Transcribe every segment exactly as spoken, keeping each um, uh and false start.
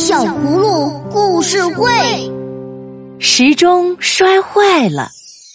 小葫芦故事会。 时钟摔坏了。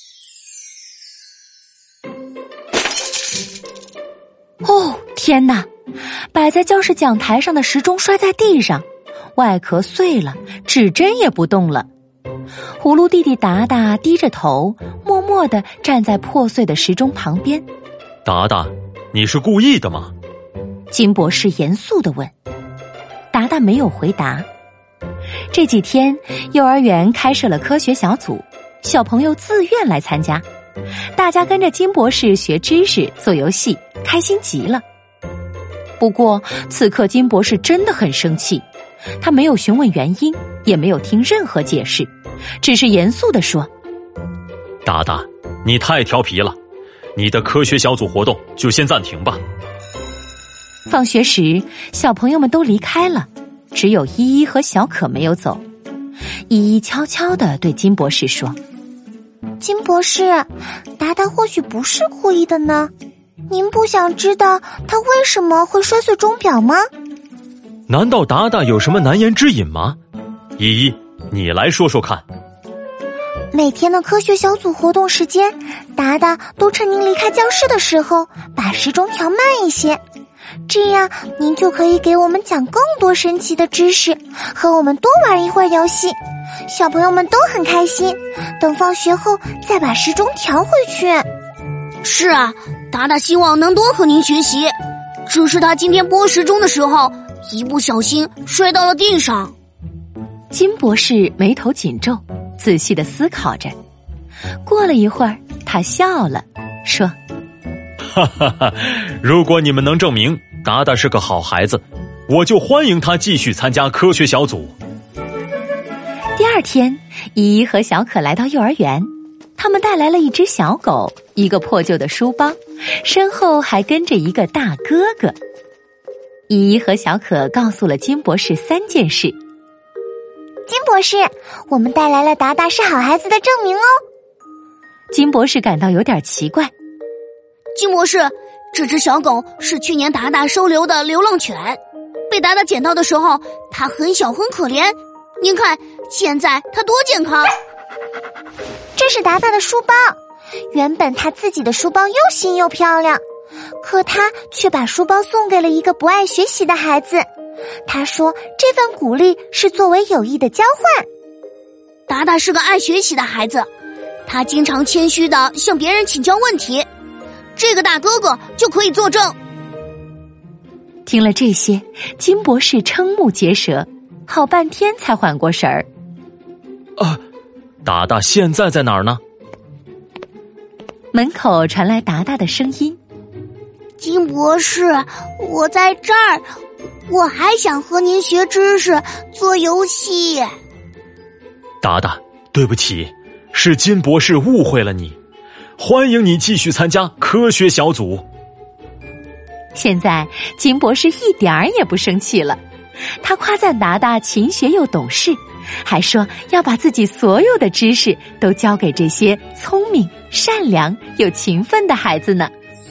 哦，天哪！摆在教室讲台上的时钟摔在地上，外壳碎了，指针也不动了。葫芦弟弟达达低着头，默默地站在破碎的时钟旁边。 达达，你是故意的吗？ 金博士严肃地问。达达没有回答。这几天，幼儿园开设了科学小组，小朋友自愿来参加，大家跟着金博士学知识、做游戏，开心极了。不过，此刻金博士真的很生气，他没有询问原因，也没有听任何解释，只是严肃地说： 达达，你太调皮了，你的科学小组活动就先暂停吧。 放学时，小朋友们都离开了，只有依依和小可没有走。依依悄悄地对金博士说： 金博士，达达或许不是故意的呢，您不想知道他为什么会摔碎钟表吗？ 难道达达有什么难言之隐吗？依依，你来说说看。 每天的科学小组活动时间，达达都趁您离开教室的时候把时钟调慢一些，这样您就可以给我们讲更多神奇的知识，和我们多玩一会儿游戏，小朋友们都很开心，等放学后再把时钟调回去。 是啊，达达希望能多和您学习，只是他今天拨时钟的时候一不小心摔到了地上。 金博士眉头紧皱，仔细地思考着。过了一会儿，他笑了，说： 哈哈哈，如果你们能证明达达是个好孩子，我就欢迎他继续参加科学小组。 第二天，依依和小可来到幼儿园，他们带来了一只小狗，一个破旧的书包，身后还跟着一个大哥哥。依依和小可告诉了金博士三件事。 金博士，我们带来了达达是好孩子的证明哦。 金博士感到有点奇怪。 金博士，这只小狗是去年达达收留的流浪犬，被达达捡到的时候它很小很可怜，您看现在它多健康。 这是达达的书包，原本他自己的书包又新又漂亮，可他却把书包送给了一个不爱学习的孩子，他说这份鼓励是作为友谊的交换。 达达是个爱学习的孩子，他经常谦虚地向别人请教问题，这个大哥哥就可以作证。 听了这些，金博士瞠目结舌，好半天才缓过神儿。 啊，达达现在在哪儿呢？ 门口传来达达的声音： 金博士，我在这儿，我还想和您学知识，做游戏。 达达，对不起，是金博士误会了你，欢迎你继续参加科学小组。 现在金博士一点儿也不生气了，他夸赞达达勤学又懂事，还说要把自己所有的知识都教给这些聪明、善良又勤奋的孩子呢。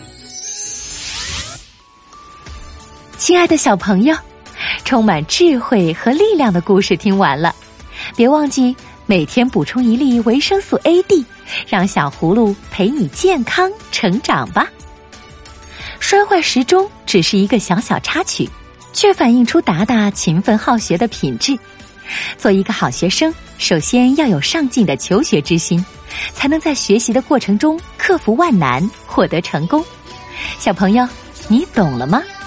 亲爱的小朋友，充满智慧和力量的故事听完了，别忘记每天补充一粒维生素 A D， 让小葫芦陪你健康成长吧。摔坏时钟只是一个小小插曲，却反映出达达勤奋好学的品质。做一个好学生，首先要有上进的求学之心，才能在学习的过程中克服万难，获得成功。小朋友，你懂了吗？